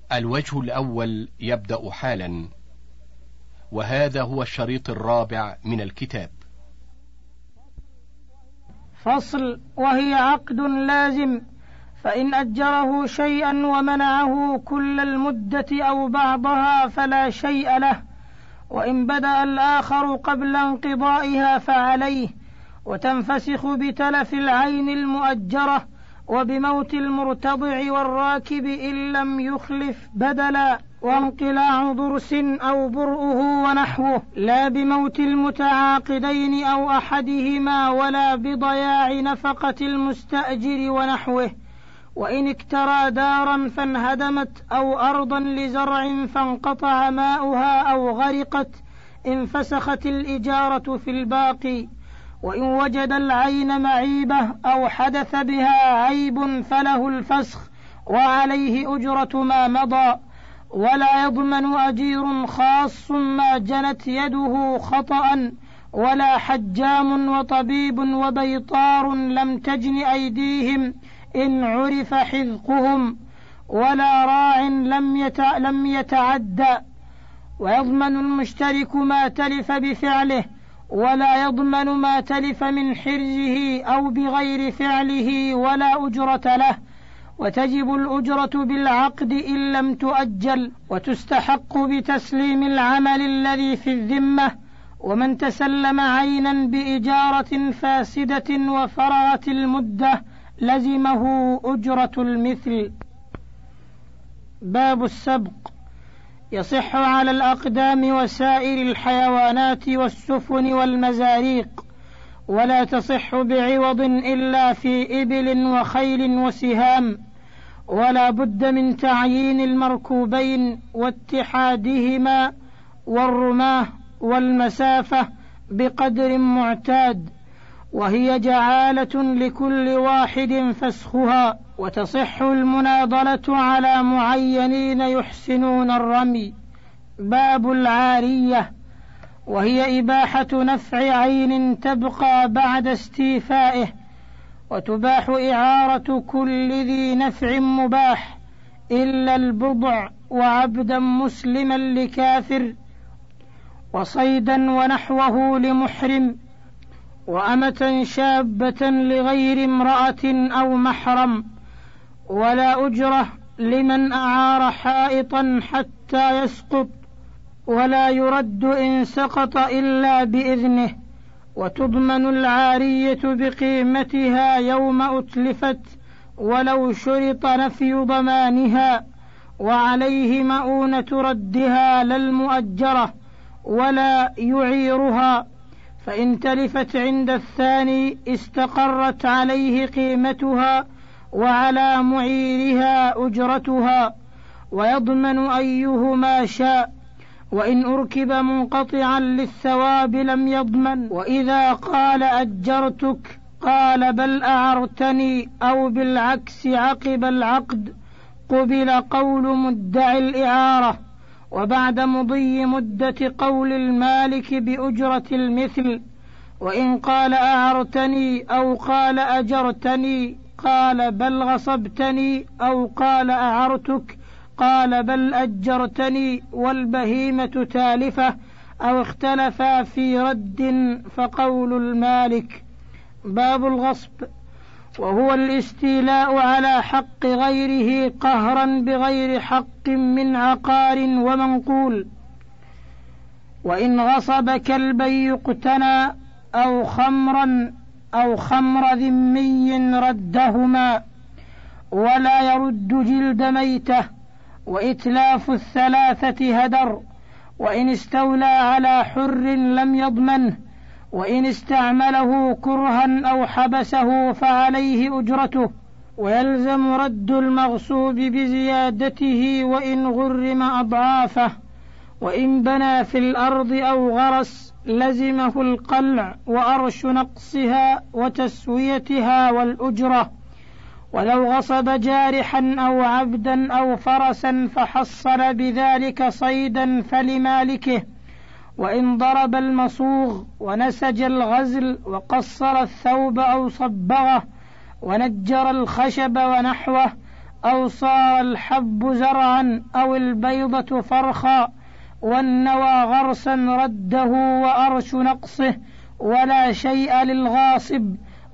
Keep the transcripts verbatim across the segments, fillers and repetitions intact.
الوجه الأول يبدأ حالا، وهذا هو الشريط الرابع من الكتاب. فصل. وهي عقد لازم، فإن أجره شيئا ومنعه كل المدة أو بعضها فلا شيء له، وإن بدأ الآخر قبل انقضائها فعليه، وتنفسخ بتلف العين المؤجرة وبموت المرتضع والراكب إن لم يخلف بدلا، وانقلاع ضرس أو برؤه ونحوه، لا بموت المتعاقدين أو أحدهما ولا بضياع نفقة المستأجر ونحوه. وإن اكترى دارا فانهدمت أو أرضا لزرع فانقطع ماؤها أو غرقت انفسخت الإجارة في الباقي. وإن وجد العين معيبة أو حدث بها عيب فله الفسخ وعليه أجرة ما مضى، ولا يضمن أجير خاص ما جنت يده خطأ، ولا حجام وطبيب وبيطار لم تجن أيديهم إن عرف حذقهم، ولا راع لم لم يتعدى. ويضمن المشترك ما تلف بفعله، ولا يضمن ما تلف من حرزه أو بغير فعله ولا أجرة له. وتجب الأجرة بالعقد إن لم تؤجل، وتستحق بتسليم العمل الذي في الذمة. ومن تسلم عينا بإجارة فاسدة وفرغت المدة لزمه أجرة المثل. باب السبق. يصح على الأقدام وسائر الحيوانات والسفن والمزاريق، ولا تصح بعوض إلا في إبل وخيل وسهام، ولا بد من تعيين المركوبين واتحادهما والرماه والمسافة بقدر معتاد، وهي جعالة لكل واحد فسخها. وتصح المناضلة على معينين يحسنون الرمي. باب العارية، وهي إباحة نفع عين تبقى بعد استيفائه، وتباح إعارة كل ذي نفع مباح إلا البضع وعبدا مسلما لكافر، وصيدا ونحوه لمحرم، وأمة شابة لغير امرأة أو محرم. ولا أجرة لمن أعار حائطا حتى يسقط، ولا يرد إن سقط إلا بإذنه. وتضمن العارية بقيمتها يوم أتلفت ولو شرط نفي ضمانها، وعليه مؤونة ردها للمؤجرة، ولا يعيرها. فإن تلفت عند الثاني استقرت عليه قيمتها وعلى معيرها أجرتها، ويضمن أيهما شاء. وإن أركب منقطعا للثواب لم يضمن. وإذا قال أجرتك قال بل أعرتني أو بالعكس عقب العقد قبل قول مدعي الإعارة، وبعد مضي مدة قول المالك بأجرة المثل. وإن قال أعرتني أو قال أجرتني قال بل غصبتني أو قال أعرتك قال بل أجرتني والبهيمة تالفة أو اختلفا في رد فقول المالك. باب الغصب، وهو الاستيلاء على حق غيره قهرا بغير حق من عقار ومنقول. وإن غصب كلبا يقتنى أو خمرا أو خمر ذمي ردهما، ولا يرد جلد ميته، وإتلاف الثلاثة هدر. وإن استولى على حر لم يضمنه، وإن استعمله كرها أو حبسه فعليه أجرته، ويلزم رد المغصوب بزيادته وإن غرم أضعافه. وإن بنى في الأرض أو غرس لزمه القلع وأرش نقصها وتسويتها والأجرة. ولو غصب جارحا أو عبدا أو فرسا فحصل بذلك صيدا فلمالكه. وإن ضرب المصوغ ونسج الغزل وقصر الثوب أو صبغه ونجر الخشب ونحوه أو صار الحب زرعا أو البيضة فرخا والنوى غرسا رده وأرش نقصه ولا شيء للغاصب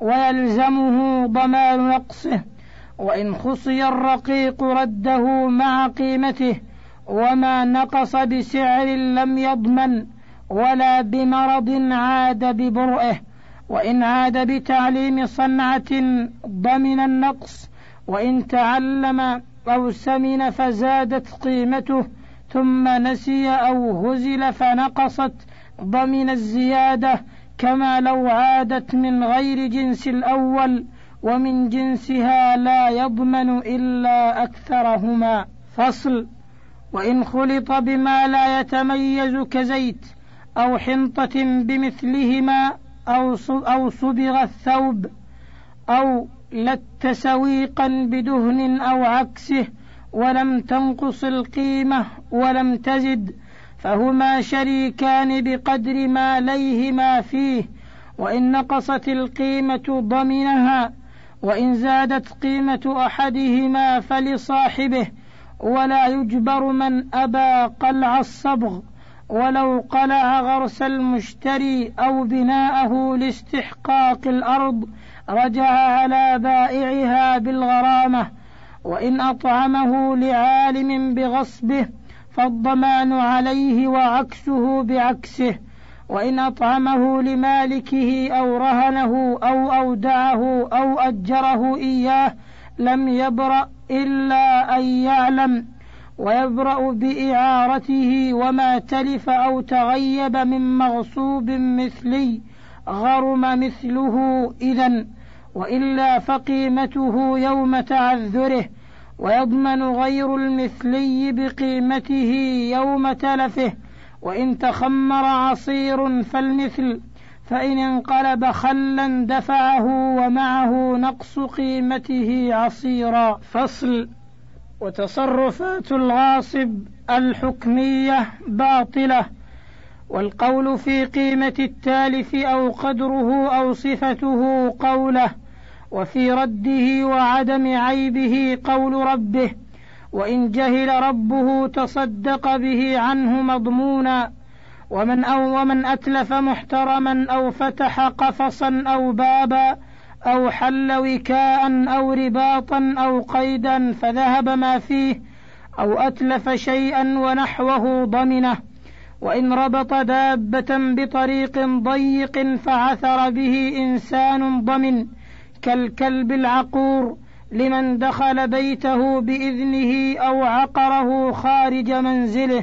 ويلزمه ضمان نقصه. وإن خصي الرقيق رده مع قيمته وما نقص بسعر لم يضمن ولا بمرض عاد ببرئه. وإن عاد بتعليم صنعة ضمن النقص وإن تعلم أو سمن فزادت قيمته ثم نسي أو هزل فنقصت ضمن الزيادة كما لو عادت من غير جنس الأول ومن جنسها لا يضمن إلا أكثرهما. فصل. وإن خلط بما لا يتميز كزيت أو حنطة بمثلهما أو صبغ الثوب أو لت سويقا بدهن أو عكسه ولم تنقص القيمة ولم تزد فهما شريكان بقدر ما ليهما فيه. وإن نقصت القيمة ضمنها وإن زادت قيمة أحدهما فلصاحبه ولا يجبر من أبى قلع الصبغ ولو قلع غرس المشتري أو بناءه لاستحقاق الأرض رجع على بائعها بالغرامة. وإن أطعمه لعالم بغصبه فالضمان عليه وعكسه بعكسه. وإن أطعمه لمالكه أو رهنه أو أودعه أو أجره إياه لم يبرأ إلا أن يعلم ويبرأ بإعارته وما تلف أو تغيب من مغصوب مثلي غرم مثله إذن وإلا فقيمته يوم تعذره ويضمن غير المثلي بقيمته يوم تلفه. وإن تخمر عصير فالمثل فإن انقلب خلا دفعه ومعه نقص قيمته عصيرا. فصل. وتصرفات الغاصب الحكمية باطلة والقول في قيمة التالف أو قدره أو صفته قوله وفي رده وعدم عيبه قول ربه وإن جهل ربه تصدق به عنه مضمونا. ومن أو ومن أتلف محترما أو فتح قفصا أو بابا أو حل وكاء أو رباطا أو قيدا فذهب ما فيه أو أتلف شيئا ونحوه ضمنه. وإن ربط دابة بطريق ضيق فعثر به إنسان ضمن كالكلب العقور لمن دخل بيته بإذنه أو عقره خارج منزله.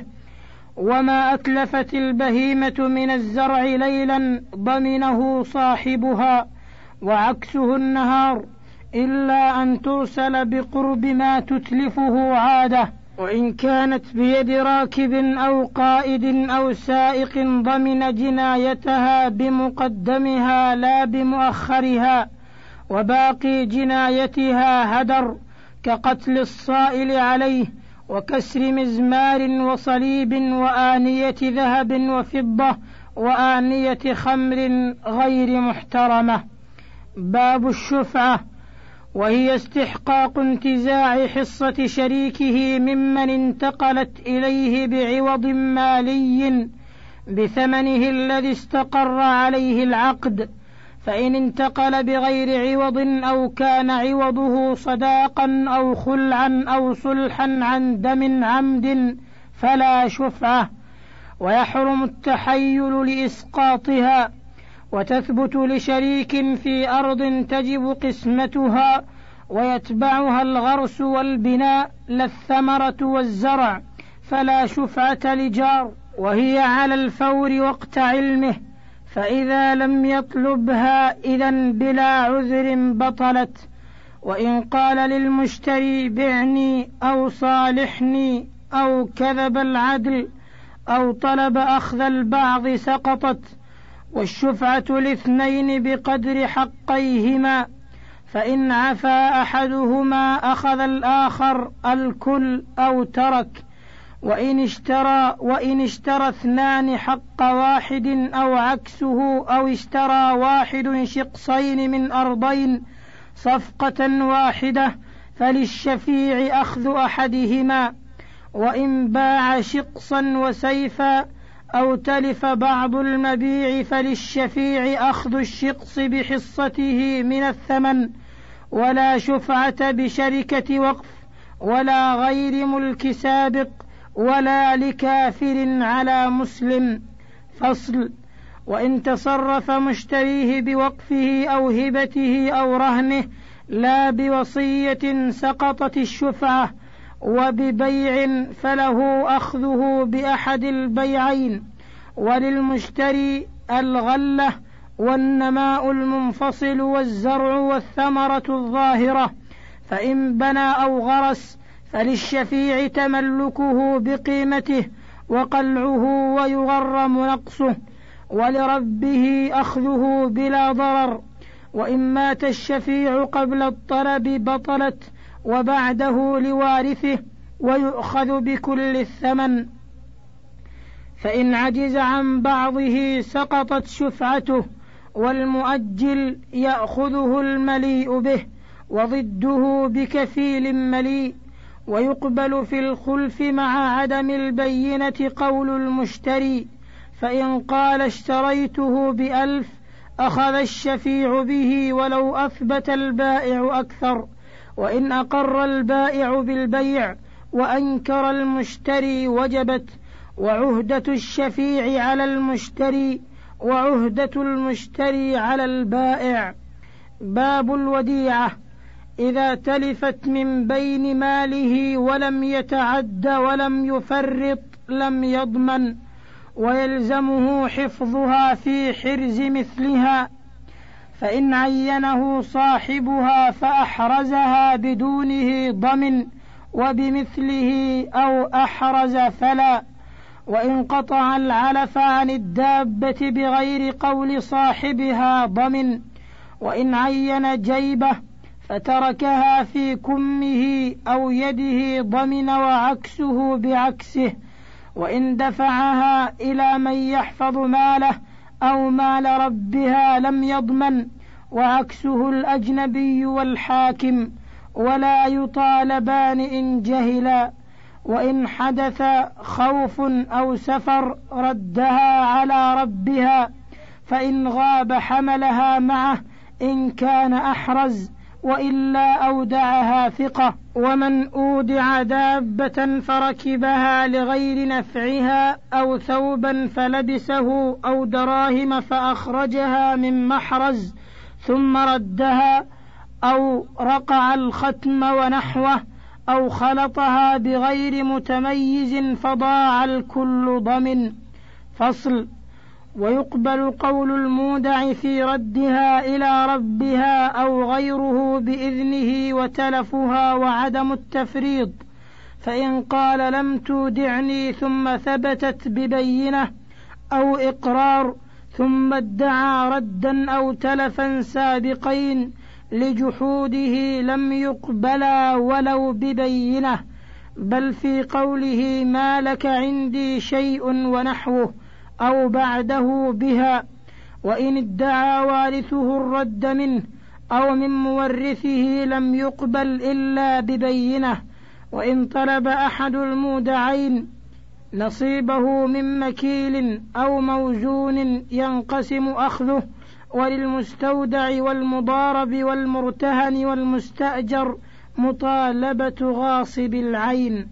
وما أتلفت البهيمة من الزرع ليلا ضمنه صاحبها وعكسه النهار إلا أن ترسل بقرب ما تتلفه عادة. وإن كانت بيد راكب أو قائد أو سائق ضمن جنايتها بمقدمها لا بمؤخرها وباقي جنايتها هدر كقتل الصائل عليه وكسر مزمار وصليب وآنية ذهب وفضة وآنية خمر غير محترمة. باب الشفعة وهي استحقاق انتزاع حصة شريكه ممن انتقلت إليه بعوض مالي بثمنه الذي استقر عليه العقد. فإن انتقل بغير عوض أو كان عوضه صداقا أو خلعا أو صلحا عن دم عمد فلا شفعة ويحرم التحيل لإسقاطها. وتثبت لشريك في أرض تجب قسمتها ويتبعها الغرس والبناء لا الثمرة والزرع فلا شفعة لجار وهي على الفور وقت علمه. فإذا لم يطلبها إذن بلا عذر بطلت. وإن قال للمشتري بعني أو صالحني أو كذب العدل أو طلب أخذ البعض سقطت. والشفعة الاثنين بقدر حقيهما فإن عفا أحدهما أخذ الآخر الكل أو ترك. وإن اشترى وإن اشترى اثنان حق واحد أو عكسه أو اشترى واحد شقصين من أرضين صفقة واحدة فللشفيع أخذ أحدهما، وإن باع شقصا وسيفا أو تلف بعض المبيع فللشفيع أخذ الشقص بحصته من الثمن، ولا شفعة بشركة وقف ولا غير ملك سابق ولا لكافر على مسلم. فصل. وإن تصرف مشتريه بوقفه أو هبته أو رهنه لا بوصية سقطت الشفعة، وببيع فله أخذه بأحد البيعين، وللمشتري الغلة والنماء المنفصل والزرع والثمرة الظاهرة، فإن بنى أو غرس فللشفيع تملكه بقيمته وقلعه ويغرم نقصه، ولربه أخذه بلا ضرر. وإن مات الشفيع قبل الطلب بطلت، وبعده لوارثه ويؤخذ بكل الثمن. فإن عجز عن بعضه سقطت شفعته، والمؤجل يأخذه المليء به، وضده بكفيل مليء. ويقبل في الخلف مع عدم البينة قول المشتري، فإن قال اشتريته بألف أخذ الشفيع به ولو أثبت البائع أكثر، وإن أقر البائع بالبيع وأنكر المشتري وجبت، وعهدة الشفيع على المشتري وعهدة المشتري على البائع. باب الوديعة. إذا تلفت من بين ماله ولم يتعد ولم يفرط لم يضمن، ويلزمه حفظها في حرز مثلها، فإن عينه صاحبها فأحرزها بدونه ضمن، وبمثله أو أحرز فلا. وإن قطع العلف عن الدابة بغير قول صاحبها ضمن. وإن عين جيبة فتركها في كمه أو يده ضمن، وعكسه بعكسه. وإن دفعها إلى من يحفظ ماله أو مال ربها لم يضمن، وعكسه الأجنبي والحاكم، ولا يطالبان إن جهلا. وإن حدث خوف أو سفر ردها على ربها، فإن غاب حملها معه إن كان أحرز، وإلا أودعها ثقة. ومن أودع دابة فركبها لغير نفعها أو ثوبا فلبسه أو دراهم فأخرجها من محرز ثم ردها، أو رقع الختم ونحوه، أو خلطها بغير متميز فضاع الكل ضمن. فصل. ويقبل قول المودع في ردها إلى ربها أو غيره بإذنه وتلفها وعدم التفريط، فإن قال لم تودعني ثم ثبتت ببينة أو إقرار ثم ادعى ردا أو تلفا سابقين لجحوده لم يقبلا ولو ببينة، بل في قوله ما لك عندي شيء ونحوه أو بعده بها. وإن ادعى وارثه الرد منه أو من مورثه لم يقبل إلا ببينة. وإن طلب أحد المودعين نصيبه من مكيل أو موزون ينقسم أخذه، وللمستودع والمضارب والمرتهن والمستأجر مطالبة غاصب العين.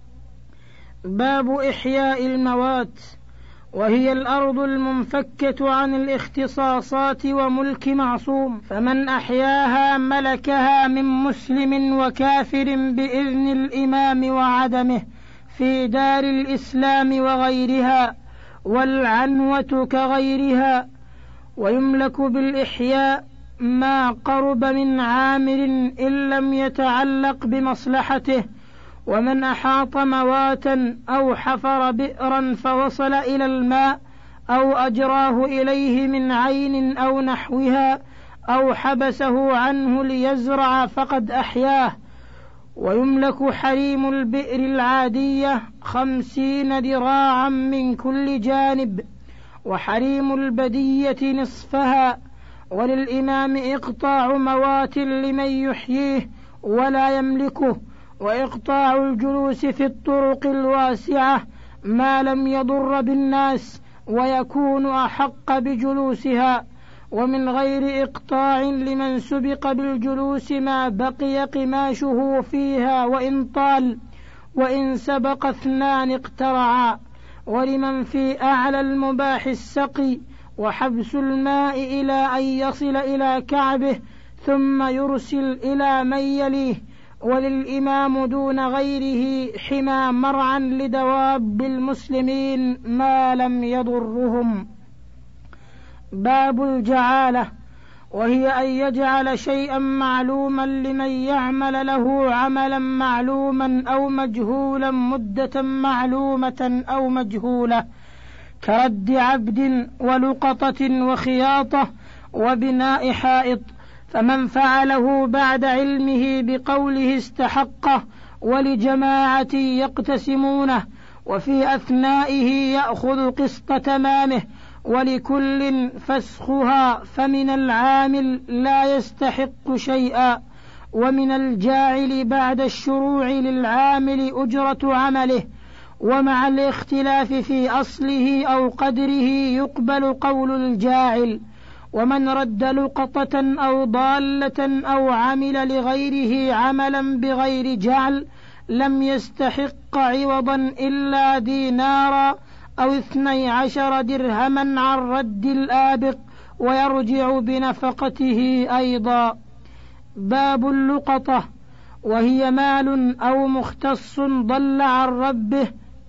باب إحياء الموات، وهي الأرض المنفكة عن الاختصاصات وملك معصوم، فمن أحياها ملكها من مسلم وكافر بإذن الإمام وعدمه في دار الإسلام وغيرها، والعنوة كغيرها. ويملك بالإحياء ما قرب من عامر إن لم يتعلق بمصلحته. ومن أحاط مواتا أو حفر بئرا فوصل إلى الماء أو أجراه إليه من عين أو نحوها أو حبسه عنه ليزرع فقد أحياه. ويملك حريم البئر العادية خمسين ذراعا من كل جانب، وحريم البدية نصفها. وللإمام إقطاع موات لمن يحييه، ولا يملكه، وإقطاع الجلوس في الطرق الواسعة ما لم يضر بالناس ويكون أحق بجلوسها، ومن غير إقطاع لمن سبق بالجلوس ما بقي قماشه فيها وإن طال، وإن سبق اثنان اقترعا، ولمن في أعلى المباح السقي وحبس الماء إلى أن يصل إلى كعبه ثم يرسل إلى من يليه، وللإمام دون غيره حمى مرعا لدواب المسلمين ما لم يضرهم. باب الجعالة، وهي أن يجعل شيئا معلوما لمن يعمل له عملا معلوما أو مجهولا مدة معلومة أو مجهولة، كرد عبد ولقطة وخياطة وبناء حائط، فمن فعله بعد علمه بقوله استحقه ولجماعة يقتسمونه، وفي أثنائه يأخذ قسط تمامه، ولكل فسخها، فمن العامل لا يستحق شيئا، ومن الجاعل بعد الشروع للعامل أجرة عمله، ومع الاختلاف في أصله أو قدره يقبل قول الجاعل. ومن رد لقطة أو ضالة أو عمل لغيره عملا بغير جعل لم يستحق عوضا إلا دينارا أو اثني عشر درهما عن رد الآبق، ويرجع بنفقته أيضا. باب اللقطة، وهي مال أو مختص ضل عن ربه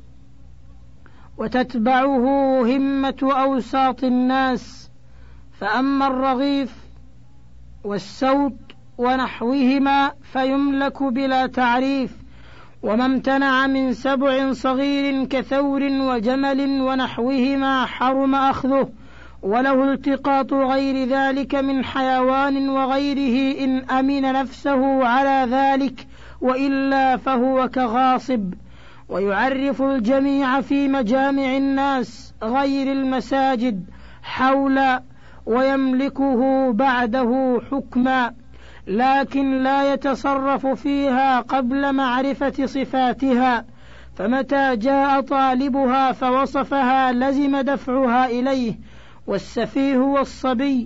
وتتبعه همة أوساط الناس، فأما الرغيف والسوط ونحوهما فيملك بلا تعريف، وما امتنع من سبع صغير كثور وجمل ونحوهما حرم أخذه، وله التقاط غير ذلك من حيوان وغيره إن أمن نفسه على ذلك، وإلا فهو كغاصب. ويعرف الجميع في مجامع الناس غير المساجد حولا، ويملكه بعده حكما، لكن لا يتصرف فيها قبل معرفة صفاتها، فمتى جاء طالبها فوصفها لزم دفعها إليه. والسفيه والصبي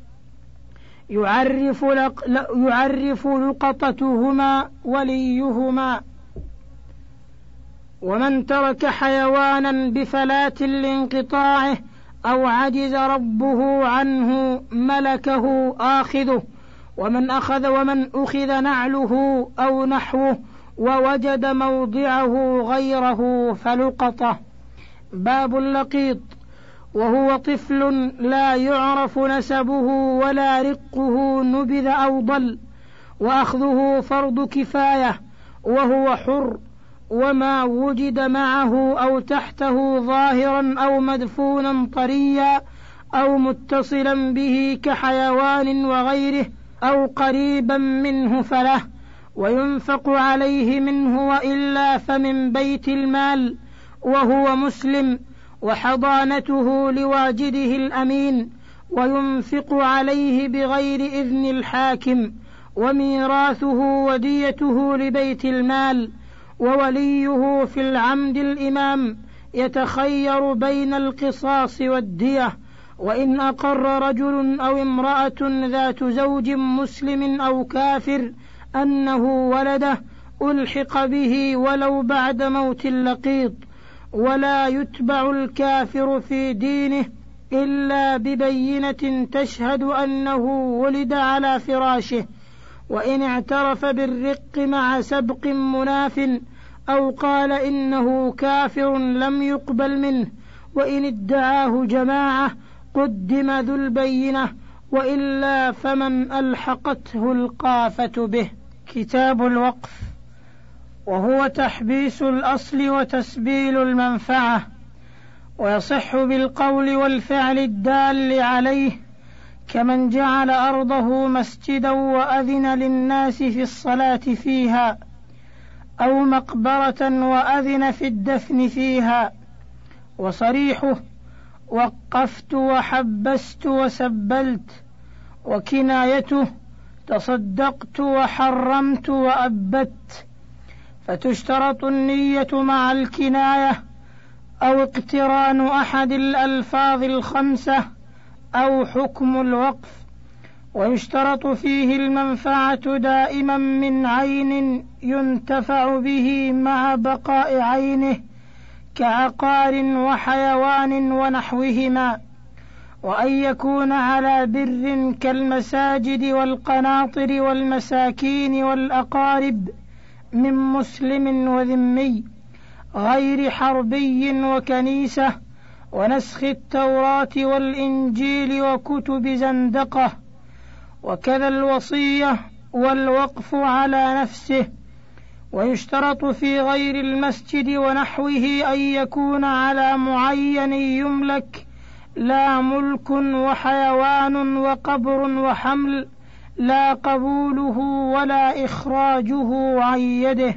يعرف, لق... يعرف لقطتهما وليهما. ومن ترك حيوانا بفلاة لانقطاعه أو عجز ربه عنه ملكه آخذه، ومن أخذ ومن أخذ نعله أو نحوه ووجد موضعه غيره فلقطه. باب اللقيط، وهو طفل لا يعرف نسبه ولا رقه نبذ أو ضل، وأخذه فرض كفاية، وهو حر، وما وجد معه أو تحته ظاهرا أو مدفونا طريا أو متصلا به كحيوان وغيره أو قريبا منه فله، وينفق عليه منه، وإلا فمن بيت المال، وهو مسلم، وحضانته لواجده الأمين، وينفق عليه بغير إذن الحاكم، وميراثه وديته لبيت المال، ووليه في العمد الإمام يتخير بين القصاص والدية. وإن أقر رجل أو امرأة ذات زوج مسلم أو كافر أنه ولده ألحق به ولو بعد موت اللقيط، ولا يتبع الكافر في دينه إلا ببينة تشهد أنه ولد على فراشه، وإن اعترف بالرق مع سبق مناف أو قال إنه كافر لم يقبل منه، وإن ادعاه جماعة قدم ذو البينة، وإلا فمن ألحقته القافة به. كتاب الوقف، وهو تحبيس الأصل وتسبيل المنفعة، ويصح بالقول والفعل الدال عليه، كمن جعل أرضه مسجدا وأذن للناس في الصلاة فيها، أو مقبرة وأذن في الدفن فيها. وصريحه وقفت وحبست وسبلت، وكنايته تصدقت وحرمت وأبت. فتشترط النية مع الكناية أو اقتران أحد الألفاظ الخمسة أو حكم الوقف. ويشترط فيه المنفعة دائما من عين ينتفع به مع بقاء عينه كعقار وحيوان ونحوهما، وأن يكون على بر كالمساجد والقناطر والمساكين والأقارب من مسلم وذمي غير حربي وكنيسة ونسخ التوراة والإنجيل وكتب زندقة. وكذا الوصية والوقف على نفسه. ويشترط في غير المسجد ونحوه أن يكون على معين يملك، لا ملك وحيوان وقبر وحمل، لا قبوله ولا إخراجه عن يده.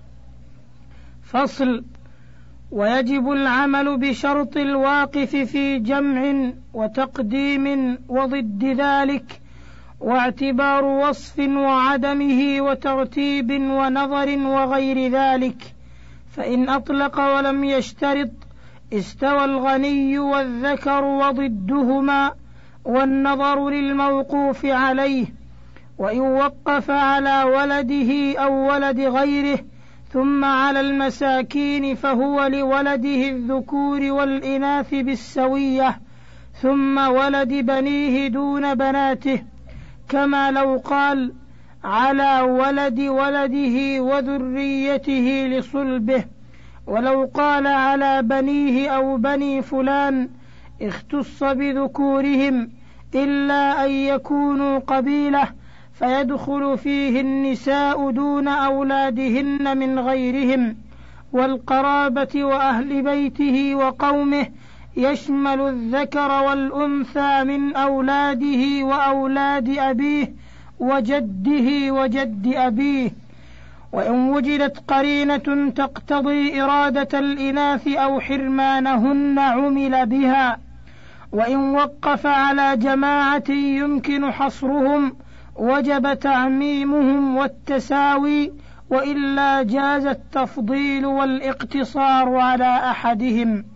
فصل. ويجب العمل بشرط الواقف في جمع وتقديم وضد ذلك، واعتبار وصف وعدمه وترتيب ونظر وغير ذلك. فإن أطلق ولم يشترط استوى الغني والذكر وضدهما، والنظر للموقوف عليه. وإن وقف على ولده أو ولد غيره ثم على المساكين فهو لولده الذكور والإناث بالسوية، ثم ولد بنيه دون بناته، كما لو قال على ولد ولده وذريته لصلبه. ولو قال على بنيه أو بني فلان اختص بذكورهم إلا أن يكونوا قبيلة، فيدخل فيه النساء دون أولادهن من غيرهم، والقرابة وأهل بيته وقومه، يشمل الذكر والأنثى من أولاده وأولاد أبيه وجده وجد أبيه. وإن وجدت قرينة تقتضي إرادة الإناث أو حرمانهن عمل بها. وإن وقف على جماعة يمكن حصرهم وجب تعميمهم والتساوي، وإلا جاز التفضيل والاقتصار على أحدهم.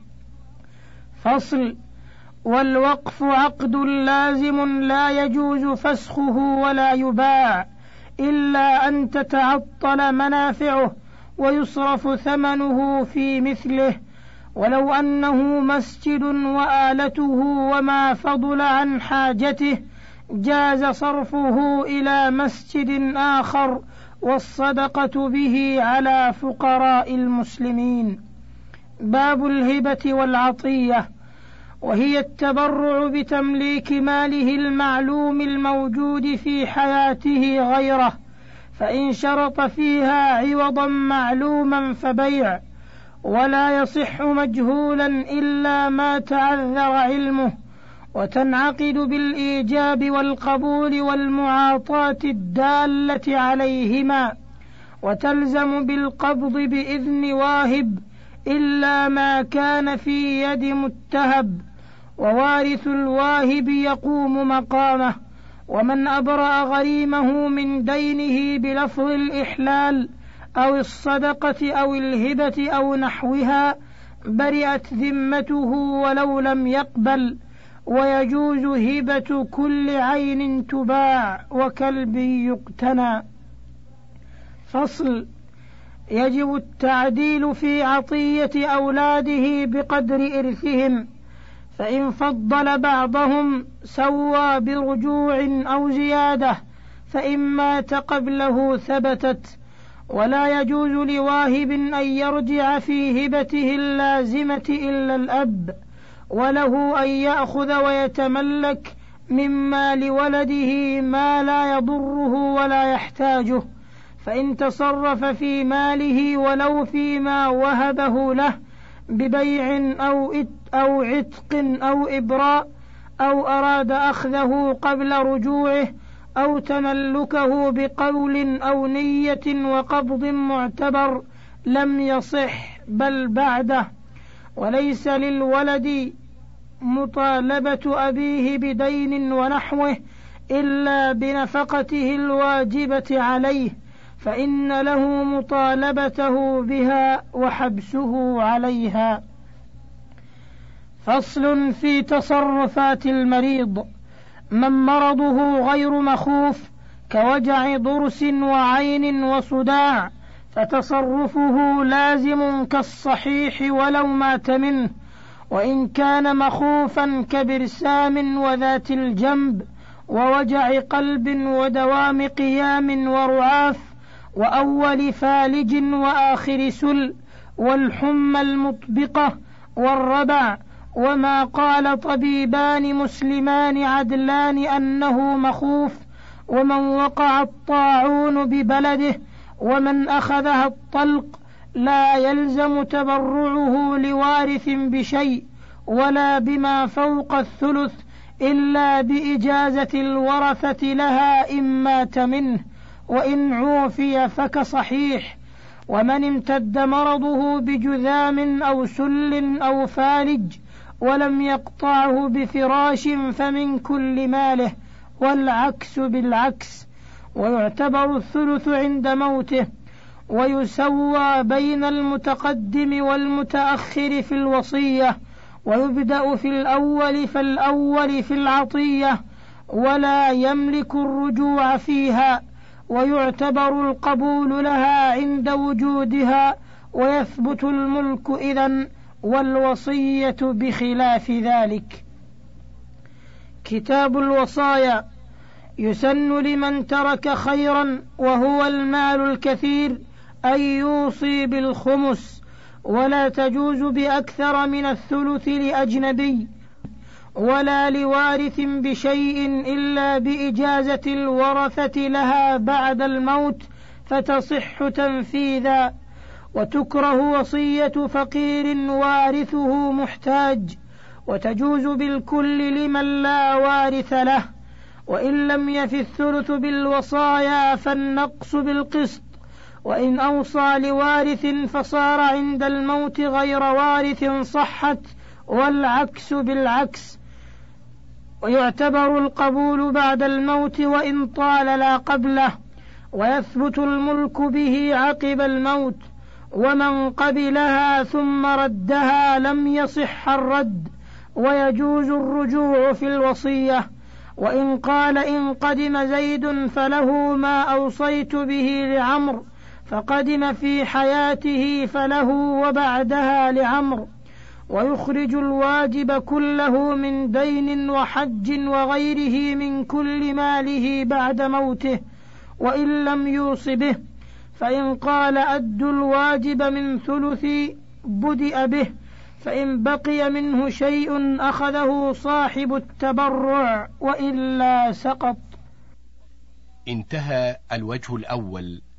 فصل. والوقف عقد لازم لا يجوز فسخه ولا يباع إلا أن تتعطل منافعه ويصرف ثمنه في مثله. ولو أنه مسجد وآلته وما فضل عن حاجته جاز صرفه إلى مسجد آخر والصدقة به على فقراء المسلمين. باب الهبة والعطية، وهي التبرع بتمليك ماله المعلوم الموجود في حياته غيره، فإن شرط فيها عوضا معلوما فبيع، ولا يصح مجهولا إلا ما تعذر علمه، وتنعقد بالإيجاب والقبول والمعاطاة الدالة عليهما، وتلزم بالقبض بإذن واهب إلا ما كان في يد متهب، ووارث الواهب يقوم مقامه. ومن أبرأ غريمه من دينه بلفظ الإحلال أو الصدقة أو الهبة أو نحوها برئت ذمته ولو لم يقبل. ويجوز هبة كل عين تباع وكلب يقتنى. فصل. يجب التعديل في عطية أولاده بقدر إرثهم، فإن فضل بعضهم سوى برجوع أو زيادة، فإن مات قبله ثبتت. ولا يجوز لواهب أن يرجع في هبته اللازمة إلا الأب، وله أن يأخذ ويتملك مما لولده ما لا يضره ولا يحتاجه، فإن تصرف في ماله ولو فيما وهبه له ببيع أو أو عتق أو إبراء، أو أراد أخذه قبل رجوعه، أو تملكه بقول أو نية وقبض معتبر، لم يصح بل بعده. وليس للولد مطالبة أبيه بدين ونحوه إلا بنفقته الواجبة عليه، فإن له مطالبته بها وحبسه عليها. فصل في تصرفات المريض: من مرضه غير مخوف كوجع ضرس وعين وصداع فتصرفه لازم كالصحيح ولو مات منه، وإن كان مخوفا كبرسام وذات الجنب ووجع قلب ودوام قيام ورعاف وأول فالج وآخر سل والحمى المطبقة والربع، وما قال طبيبان مسلمان عدلان أنه مخوف، ومن وقع الطاعون ببلده ومن أخذها الطلق لا يلزم تبرعه لوارث بشيء ولا بما فوق الثلث إلا بإجازة الورثة لها إن مات منه، وإن عوفي فكصحيح. ومن امتد مرضه بجذام أو سل أو فالج ولم يقطعه بفراش فمن كل ماله، والعكس بالعكس. ويعتبر الثلث عند موته، ويسوى بين المتقدم والمتأخر في الوصية، ويبدأ في الأول فالأول في العطية، ولا يملك الرجوع فيها، ويعتبر القبول لها عند وجودها، ويثبت الملك إذن، والوصية بخلاف ذلك. كتاب الوصايا: يسن لمن ترك خيرا وهو المال الكثير أن يوصي بالخمس، ولا تجوز بأكثر من الثلث لأجنبي ولا لوارث بشيء إلا بإجازة الورثة لها بعد الموت فتصح تنفيذا. وتكره وصية فقير وارثه محتاج، وتجوز بالكل لمن لا وارث له. وإن لم يف الثلث بالوصايا فالنقص بالقسط، وإن أوصى لوارث فصار عند الموت غير وارث صحت، والعكس بالعكس. ويعتبر القبول بعد الموت وإن طال لا قبله، ويثبت الملك به عقب الموت. ومن قبلها ثم ردها لم يصح الرد، ويجوز الرجوع في الوصية. وإن قال إن قدم زيد فله ما أوصيت به لعمر، فقدم في حياته فله وبعدها لعمر. ويخرج الواجب كله من دين وحج وغيره من كل ماله بعد موته وإن لم يوص به. فإن قال أدوا الواجب من ثلثي بدأ به، فإن بقي منه شيء أخذه صاحب التبرع وإلا سقط. انتهى الوجه الأول